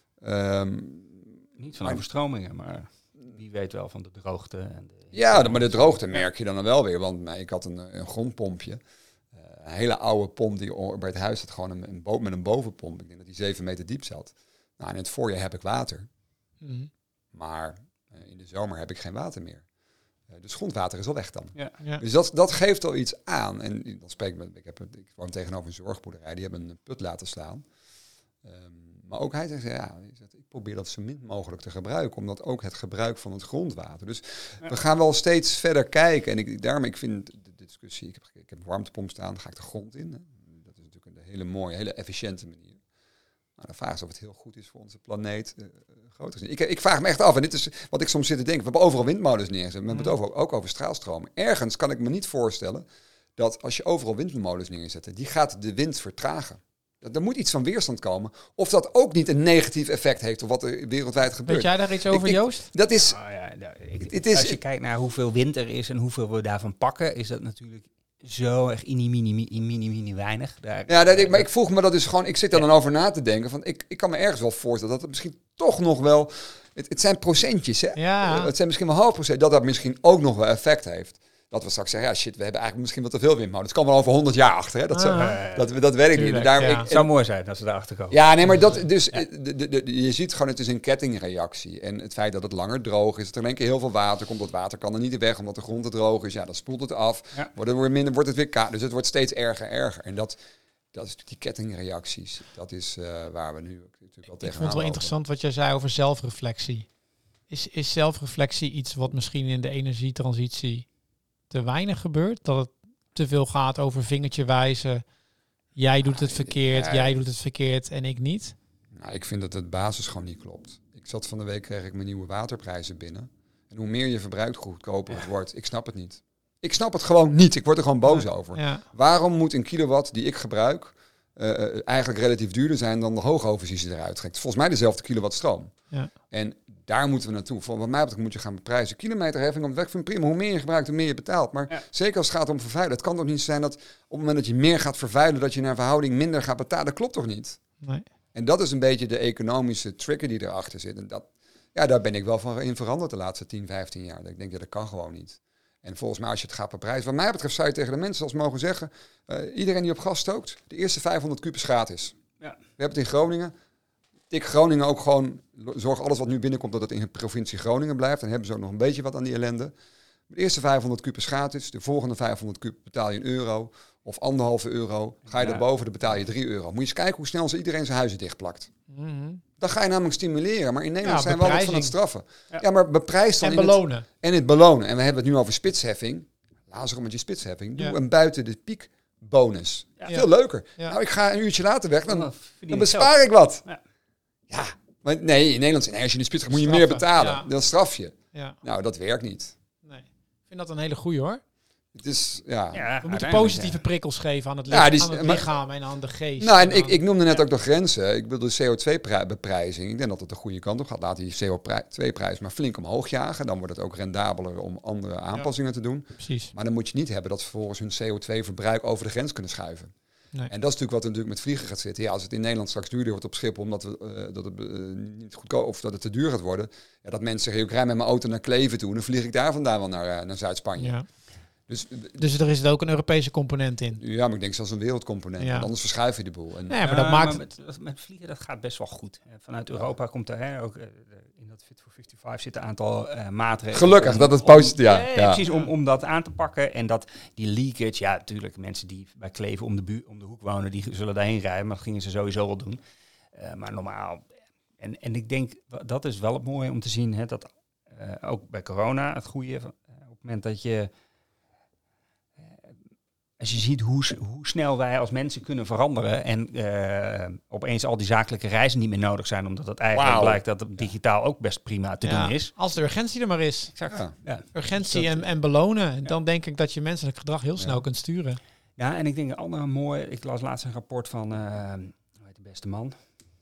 Niet van overstromingen, maar wie weet wel van de droogte. En Maar de droogte merk je dan wel weer. Want ik had een grondpompje. Een hele oude pomp die bij het huis zat. Gewoon een boot met een bovenpomp. Ik denk dat die 7 meter diep zat. Nou, in het voorjaar heb ik water. Mhm. Maar in de zomer heb ik geen water meer. Dus grondwater is al weg dan. Ja. Ja. Dus dat geeft al iets aan. En dan spreek ik woon tegenover een zorgboerderij. Die hebben een put laten staan. Maar ook hij zegt, ik probeer dat zo min mogelijk te gebruiken. Omdat ook het gebruik van het grondwater. Dus we gaan wel steeds verder kijken. En daarom, ik vind de discussie... Ik heb een warmtepomp staan, dan ga ik de grond in. Hè. Dat is natuurlijk een hele mooie, hele efficiënte manier. Maar de vraag is of het heel goed is voor onze planeet. Groter gezien. Ik vraag me echt af, en dit is wat ik soms zit te denken. We hebben overal windmolens neergezet. We hebben het ook over straalstromen. Ergens kan ik me niet voorstellen dat als je overal windmolens neerzet, die gaat de wind vertragen. Er moet iets van weerstand komen. Of dat ook niet een negatief effect heeft op wat er wereldwijd gebeurt. Weet jij daar iets over, Joost? Dat is... Als je kijkt naar hoeveel wind er is en hoeveel we daarvan pakken, is dat natuurlijk zo echt mini weinig. Maar ik vroeg me dat dus gewoon... Ik zit er dan over na te denken. Van, ik kan me ergens wel voorstellen dat het misschien toch nog wel... Het zijn procentjes, hè? Ja. Het zijn misschien wel half procent. Dat misschien ook nog wel effect heeft. Dat we straks zeggen, we hebben eigenlijk misschien wat te veel windmolens. Het kan wel over 100 jaar achter, hè? Dat weet ik niet. Daarom, ja. Het zou mooi zijn als ze daarachter komen. Ja, nee, maar dat dus je ziet gewoon, het is een kettingreactie. En het feit dat het langer droog is, dat er in één keer heel veel water komt. Dat water kan er niet weg, omdat de grond te droog is. Ja, dan spoelt het af. Ja. Wordt het weer koud. Dus het wordt steeds erger. En dat is natuurlijk die kettingreacties. Dat is waar we nu natuurlijk wel Ik tegenaan vond het wel interessant wat jij zei over zelfreflectie. Is zelfreflectie iets wat misschien in de energietransitie te weinig gebeurt? Dat het te veel gaat over vingertje wijzen. Jij doet het verkeerd, jij doet het verkeerd en ik niet? Nou, ik vind dat het basis gewoon niet klopt. Van de week kreeg ik mijn nieuwe waterprijzen binnen. En hoe meer je verbruikt, hoe goedkoper het wordt. Ik snap het niet. Ik snap het gewoon niet. Ik word er gewoon boos over. Ja. Waarom moet een kilowatt die ik gebruik eigenlijk relatief duurder zijn dan de hoogovens die eruit trekt? Volgens mij dezelfde kilowatt stroom. Ja. En daar moeten we naartoe. Wat mij betreft moet je gaan beprijzen. Kilometerheffing op de weg vind ik prima. Hoe meer je gebruikt, hoe meer je betaalt. Maar zeker als het gaat om vervuilen. Het kan toch niet zijn dat op het moment dat je meer gaat vervuilen, dat je naar verhouding minder gaat betalen. Dat klopt toch niet? Nee. En dat is een beetje de economische trigger die erachter zit. En daar ben ik wel van in veranderd de laatste 10, 15 jaar. Ik denk, dat kan gewoon niet. En volgens mij, als je het gaat beprijzen... Wat mij betreft zou je tegen de mensen als mogen zeggen... iedereen die op gas stookt, de eerste 500 kuub is gratis. Ja. We hebben het in Groningen. Tik Groningen ook gewoon... Zorg alles wat nu binnenkomt, dat het in de provincie Groningen blijft. Dan hebben ze ook nog een beetje wat aan die ellende. De eerste 500 kuub is gratis. De volgende 500 kuub betaal je €1 of €1,5. Ga je daarboven, dan betaal je €3. Moet je eens kijken hoe snel ze iedereen zijn huizen dichtplakt. Mm-hmm. Dan ga je namelijk stimuleren. Maar in Nederland zijn we altijd van het straffen. Ja. Ja, maar beprijs dan En belonen. En het belonen. En we hebben het nu over spitsheffing. Laat eens met je spitsheffing. Doe een buiten de piek bonus. Ja. Veel leuker. Ja. Nou, ik ga een uurtje later weg. Dan verdien ik bespaar geld. ik wat. Ja. Ja. Maar nee, in Nederland, als je in de spits gaat, moet je Straffen. meer betalen. Ja. Dan straf je. Ja. Nou, dat werkt niet. Nee. Ik vind dat een hele goeie hoor. Het is, Ja, We moeten uiteindelijk, positieve prikkels geven aan het, Ja, die is- aan het maar- lichaam en aan de geest. Nou, en aan- ik noemde net ook de grenzen. Ik bedoel, de CO2-beprijzing. Ik denk dat het de goede kant op gaat. Laat die CO2-prijs maar flink omhoog jagen. Dan wordt het ook rendabeler om andere aanpassingen te doen. Precies. Maar dan moet je niet hebben dat ze vervolgens hun CO2-verbruik over de grens kunnen schuiven. Nee. En dat is natuurlijk wat er natuurlijk met vliegen gaat zitten. Ja, als het in Nederland straks duurder wordt op Schiphol, omdat dat het niet goedkoop of dat het te duur gaat worden. Ja, dat mensen zeggen, ik rij met mijn auto naar Kleven toe. En dan vlieg ik daar vandaan wel naar Zuid-Spanje. Ja. Dus Dus er is ook een Europese component in. ja, maar ik denk zelfs een wereldcomponent. Ja. Want anders verschuif je de boel. En, Nee, maar dat maakt... met vliegen, dat gaat best wel goed. Vanuit Europa komt er ook in dat Fit for 55 zitten een aantal maatregelen. Gelukkig, dat het positief- ja, ja. Precies, om dat aan te pakken. En dat die leakage, ja, natuurlijk, mensen die bij Kleven om de hoek wonen, die zullen daarheen rijden. Maar dat gingen ze sowieso wel doen. Maar normaal... En ik denk, dat is wel het mooie om te zien, hè, dat ook bij corona het goede, op het moment dat je... Als je ziet hoe snel wij als mensen kunnen veranderen en opeens al die zakelijke reizen niet meer nodig zijn, omdat het eigenlijk Wauw. blijkt dat het digitaal ook best prima te doen is. Als de urgentie er maar is. Exact. Ja. Ja. Urgentie en belonen. Dan denk ik dat je menselijk gedrag heel snel kunt sturen. Ja, en ik denk een andere mooie... Ik las laatst een rapport van, hoe heet de beste man?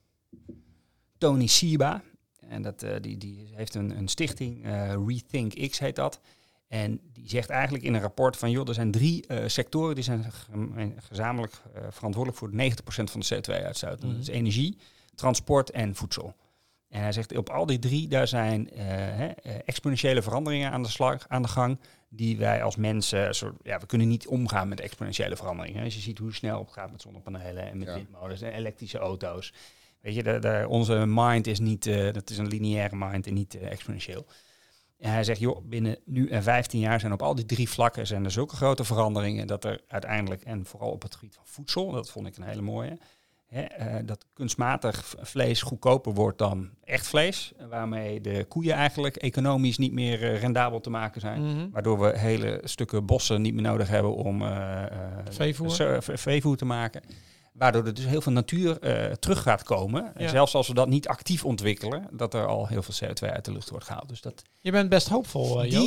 Tony Siba. En dat, die heeft een stichting, Rethink X heet dat. En die zegt eigenlijk in een rapport van, joh, er zijn 3 sectoren die zijn gezamenlijk verantwoordelijk voor 90% van de CO2-uitstoot. Mhm. Dat is energie, transport en voedsel. En hij zegt, op al die 3, daar zijn exponentiële veranderingen aan de gang, die wij als mensen, we kunnen niet omgaan met exponentiële veranderingen. Als je ziet hoe snel het gaat met zonnepanelen en met windmolens en elektrische auto's. Weet je, onze mind is niet, dat is een lineaire mind en niet exponentieel. En hij zegt, joh, binnen nu en 15 jaar zijn op al die 3 vlakken zijn er zulke grote veranderingen dat er uiteindelijk, en vooral op het gebied van voedsel, dat vond ik een hele mooie, dat kunstmatig vlees goedkoper wordt dan echt vlees, waarmee de koeien eigenlijk economisch niet meer rendabel te maken zijn, Mhm. waardoor we hele stukken bossen niet meer nodig hebben om veevoer te maken. Waardoor er dus heel veel natuur terug gaat komen. Ja. Zelfs als we dat niet actief ontwikkelen, dat er al heel veel CO2 uit de lucht wordt gehaald. Dus dat, Je bent best hoopvol, Joost.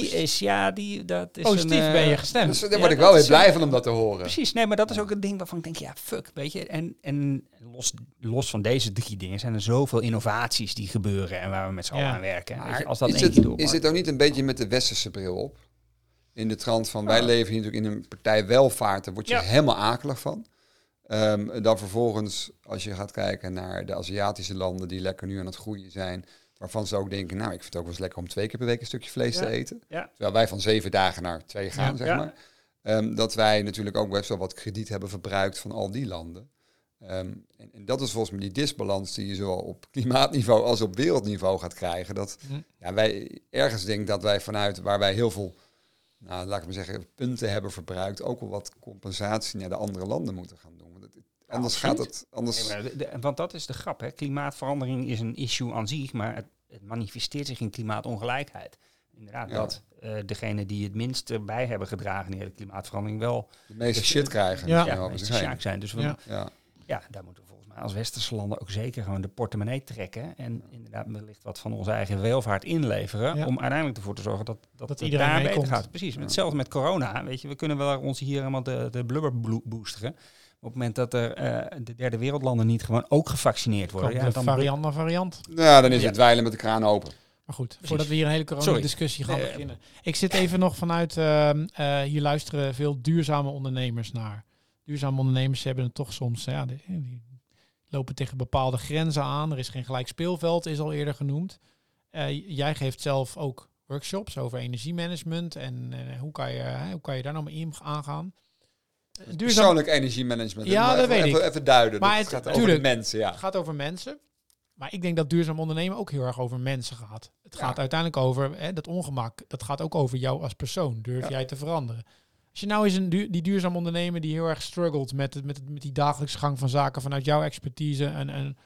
dat is Positief ben je gestemd. dus daar word ik wel weer blij van om dat te horen. Precies, nee, maar dat is ook een ding waarvan ik denk, ja, fuck, weet je. En los van deze 3 dingen zijn er zoveel innovaties die gebeuren en waar we met z'n allen aan werken. Weet je, als dat is, één keer is dit ook niet een beetje met de westerse bril op? In de trant van, wij leven hier natuurlijk in een partij welvaart, daar word je helemaal akelig van. Dan vervolgens, als je gaat kijken naar de Aziatische landen die lekker nu aan het groeien zijn, waarvan ze ook denken, nou, ik vind het ook wel eens lekker om 2 keer per week een stukje vlees te eten. Ja. Terwijl wij van 7 dagen naar 2 gaan, zeg Ja. maar. Dat wij natuurlijk ook best wel wat krediet hebben verbruikt van al die landen. En dat is volgens mij die disbalans die je zowel op klimaatniveau als op wereldniveau gaat krijgen. Dat wij ergens denken dat wij vanuit waar wij heel veel, nou, laat ik maar zeggen, punten hebben verbruikt, ook wel wat compensatie naar de andere landen moeten gaan doen. Want anders gaat het... Anders... Nee, maar want dat is de grap, hè. Klimaatverandering is een issue aan zich, maar het manifesteert zich in klimaatongelijkheid. Inderdaad, dat degenen die het minst bij hebben gedragen in de hele klimaatverandering wel de meeste shit krijgen. de meeste sjaak zijn. Dus daar moeten we volgens mij als westerse landen ook zeker gewoon de portemonnee trekken en inderdaad wellicht wat van onze eigen welvaart inleveren om uiteindelijk ervoor te zorgen dat het iedereen daar beter meekomt. gaat. Precies, hetzelfde met corona. Weet je, we kunnen wel ons hier helemaal de blubber boosteren. Op het moment dat er de derde wereldlanden niet gewoon ook gevaccineerd worden, dan variant na variant. Ja, dan is het dweilen met de kraan open. Maar goed, voordat we hier een hele corona-discussie gaan beginnen. Ik zit even nog vanuit, hier luisteren veel duurzame ondernemers naar. Duurzame ondernemers hebben het toch soms, die lopen tegen bepaalde grenzen aan. Er is geen gelijk speelveld, is al eerder genoemd. Jij geeft zelf ook workshops over energiemanagement en hoe kan je daar nou mee aangaan? Persoonlijk energiemanagement. Ja, dat weet ik. Even duiden. Maar het gaat over de mensen, Het gaat over mensen. Maar ik denk dat duurzaam ondernemen ook heel erg over mensen gaat. Het gaat uiteindelijk over dat ongemak. Dat gaat ook over jou als persoon. Durf jij te veranderen? Als je nou eens die duurzaam ondernemer die heel erg struggelt met die dagelijkse gang van zaken vanuit jouw expertise en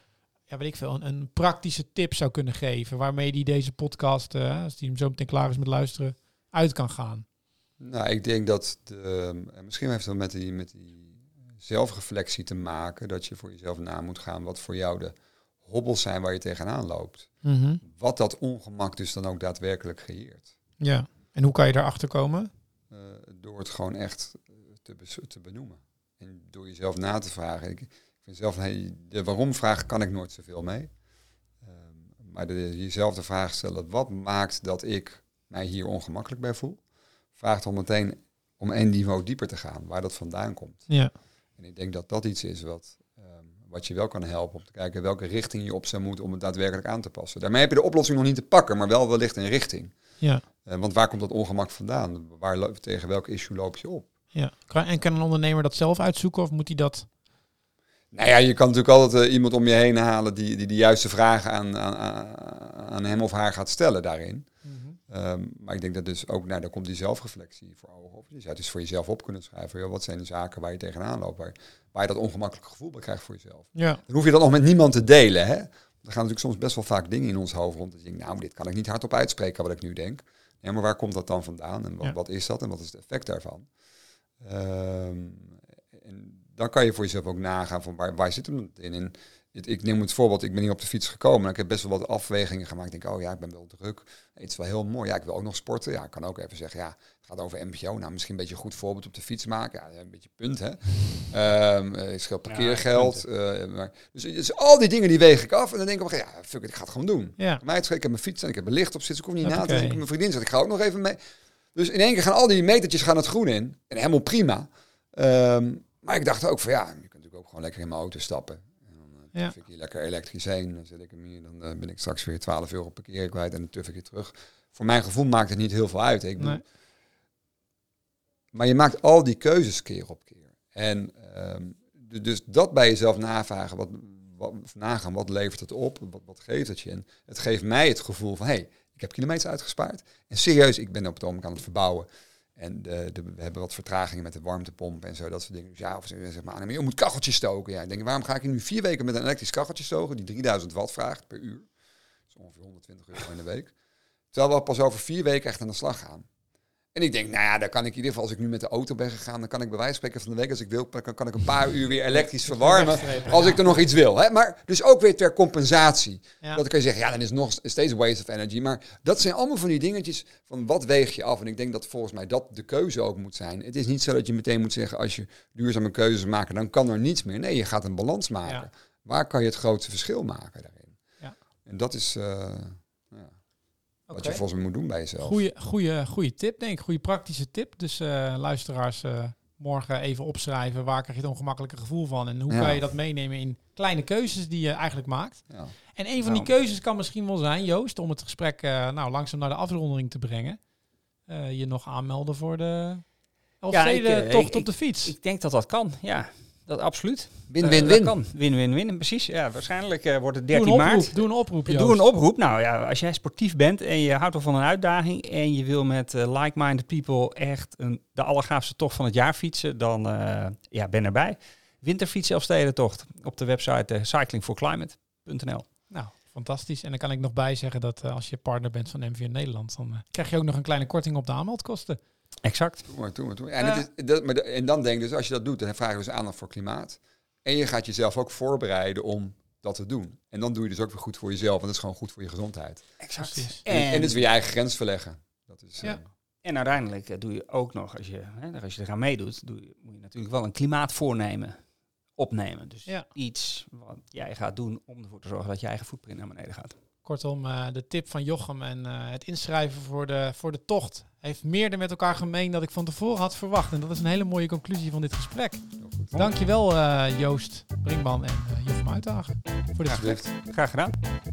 weet ik veel, een praktische tip zou kunnen geven waarmee die deze podcast, als die hem zo meteen klaar is met luisteren, uit kan gaan? Nou, ik denk dat misschien heeft het wel met die zelfreflectie te maken, dat je voor jezelf na moet gaan wat voor jou de hobbels zijn waar je tegenaan loopt. Mm-hmm. Wat dat ongemak dus dan ook daadwerkelijk creëert. Ja, en hoe kan je daarachter komen? Door het gewoon echt te benoemen. En door jezelf na te vragen. Ik vind zelf, de waarom-vraag kan ik nooit zoveel mee. Maar jezelf de vraag stellen, wat maakt dat ik mij hier ongemakkelijk bij voel? Vraagt dan meteen om één niveau dieper te gaan, waar dat vandaan komt. Ja. En ik denk dat dat iets is wat je wel kan helpen om te kijken welke richting je op zou moeten om het daadwerkelijk aan te passen. Daarmee heb je de oplossing nog niet te pakken, maar wel wellicht een richting. Ja. Want waar komt dat ongemak vandaan? Tegen welk issue loop je op? Ja. En kan een ondernemer dat zelf uitzoeken of moet hij dat? Nou ja, je kan natuurlijk altijd iemand om je heen halen die de juiste vragen aan hem of haar gaat stellen daarin. Mm-hmm. Maar ik denk dat dus ook, daar komt die zelfreflectie voor ogen op. Je zou het dus voor jezelf op kunnen schrijven. Joh, wat zijn de zaken waar je tegenaan loopt, waar je dat ongemakkelijke gevoel bij krijgt voor jezelf. Ja. Dan hoef je dat nog met niemand te delen. Hè? Er gaan natuurlijk soms best wel vaak dingen in ons hoofd rond. Dat je denkt, dit kan ik niet hardop uitspreken wat ik nu denk. Ja, maar waar komt dat dan vandaan? En wat is dat? En wat is het effect daarvan? En dan kan je voor jezelf ook nagaan van waar zit hem in. En ik neem het voorbeeld, ik ben hier op de fiets gekomen. Ik heb best wel wat afwegingen gemaakt. Ik denk, ik ben wel druk. Het is wel heel mooi. Ja, ik wil ook nog sporten. Ja, ik kan ook even zeggen, het gaat over MBO. Nou, misschien een beetje een goed voorbeeld op de fiets maken. Ja, een beetje punt, hè. Ik scheelt parkeergeld. Dus al die dingen die weeg ik af. En dan denk ik, fuck it, ik ga het gewoon doen. Ja. Ik heb mijn fiets en ik heb een licht op zitten. Ik hoef niet na te denken. Mijn vriendin zegt, ik ga ook nog even mee. Dus in één keer gaan al die metertjes het groen in. En helemaal prima. Maar ik dacht ook van, je kunt natuurlijk ook gewoon lekker in mijn auto stappen. Tuf ik hier lekker elektrisch heen, dan zet ik hem hier, dan ben ik straks weer €12 parkeren kwijt en dan tuf ik hier terug. Voor mijn gevoel maakt het niet heel veel uit. Maar je maakt al die keuzes keer op keer. En dus dat bij jezelf navragen, nagaan, wat levert het op, wat geeft het je? En het geeft mij het gevoel van, ik heb kilometers uitgespaard. En serieus, ik ben op het ogenblik aan het verbouwen. En we hebben wat vertragingen met de warmtepomp en zo, dat soort dingen. Dus of zeg maar, je moet kacheltjes stoken. Ja, ik denk, waarom ga ik nu 4 weken met een elektrisch kacheltje stoken die 3000 watt vraagt per uur? Dat is ongeveer €120 in de week. Terwijl we pas over 4 weken echt aan de slag gaan. En ik denk, dan kan ik in ieder geval, als ik nu met de auto ben gegaan, dan kan ik bij wijze van spreken van de week, als ik wil, kan ik een paar uur weer elektrisch verwarmen, als ik er nog iets wil. Hè? Maar dus ook weer ter compensatie. Ja. Dat kan je zeggen, dan is het nog steeds waste of energy. Maar dat zijn allemaal van die dingetjes van wat weeg je af. En ik denk dat volgens mij dat de keuze ook moet zijn. Het is niet zo dat je meteen moet zeggen, als je duurzame keuzes maakt, dan kan er niets meer. Nee, je gaat een balans maken. Ja. Waar kan je het grootste verschil maken daarin? Ja. En dat is... wat je volgens mij moet doen bij jezelf. Goeie tip, denk ik. Goede praktische tip. Dus luisteraars, morgen even opschrijven. Waar krijg je het ongemakkelijke gevoel van? En hoe kan je dat meenemen in kleine keuzes die je eigenlijk maakt? Ja. En een van die keuzes kan misschien wel zijn, Joost, om het gesprek langzaam naar de afronding te brengen. Je nog aanmelden voor de tocht op de fiets. Ik denk dat dat kan, ja. Dat absoluut. Win-win-win. Dat kan. Win-win-win, precies. Ja, waarschijnlijk wordt het 13 maart. Doe een oproep, Joost. Doe een oproep. Nou ja, als jij sportief bent en je houdt al van een uitdaging en je wil met like-minded people echt de allergaafste tocht van het jaar fietsen, dan ben erbij. Winterfiets Elfstedentocht op de website cyclingforclimate.nl. Nou, fantastisch. En dan kan ik nog bij zeggen dat als je partner bent van MVO Nederland, dan krijg je ook nog een kleine korting op de aanmeldkosten. Exact. Doe maar. En dan denk ik dus, als je dat doet, dan vragen we dus aandacht voor klimaat. En je gaat jezelf ook voorbereiden om dat te doen. En dan doe je dus ook weer goed voor jezelf. En dat is gewoon goed voor je gezondheid. Exact. En dus weer je eigen grens verleggen. Dat is, En uiteindelijk doe je ook nog, als je er aan meedoet, moet je natuurlijk wel een klimaatvoornemen opnemen. Dus iets wat jij gaat doen om ervoor te zorgen dat je eigen footprint naar beneden gaat. Kortom, de tip van Jochem en het inschrijven voor de tocht heeft meer met elkaar gemeen dan ik van tevoren had verwacht. En dat is een hele mooie conclusie van dit gesprek. Dankjewel Joost Brinkman en Jochem Uitdagen voor dit gesprek. Graag gedaan.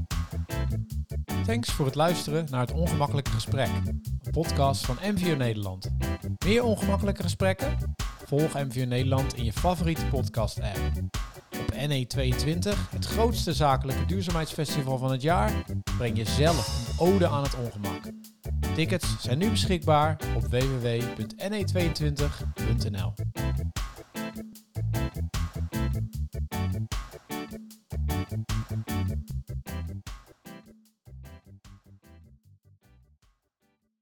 Thanks voor het luisteren naar het Ongemakkelijke Gesprek. Een podcast van MVO Nederland. Meer ongemakkelijke gesprekken? Volg MVO Nederland in je favoriete podcast app. Op NE22, het grootste zakelijke duurzaamheidsfestival van het jaar, breng je zelf een ode aan het ongemak. Tickets zijn nu beschikbaar op www.ne22.nl.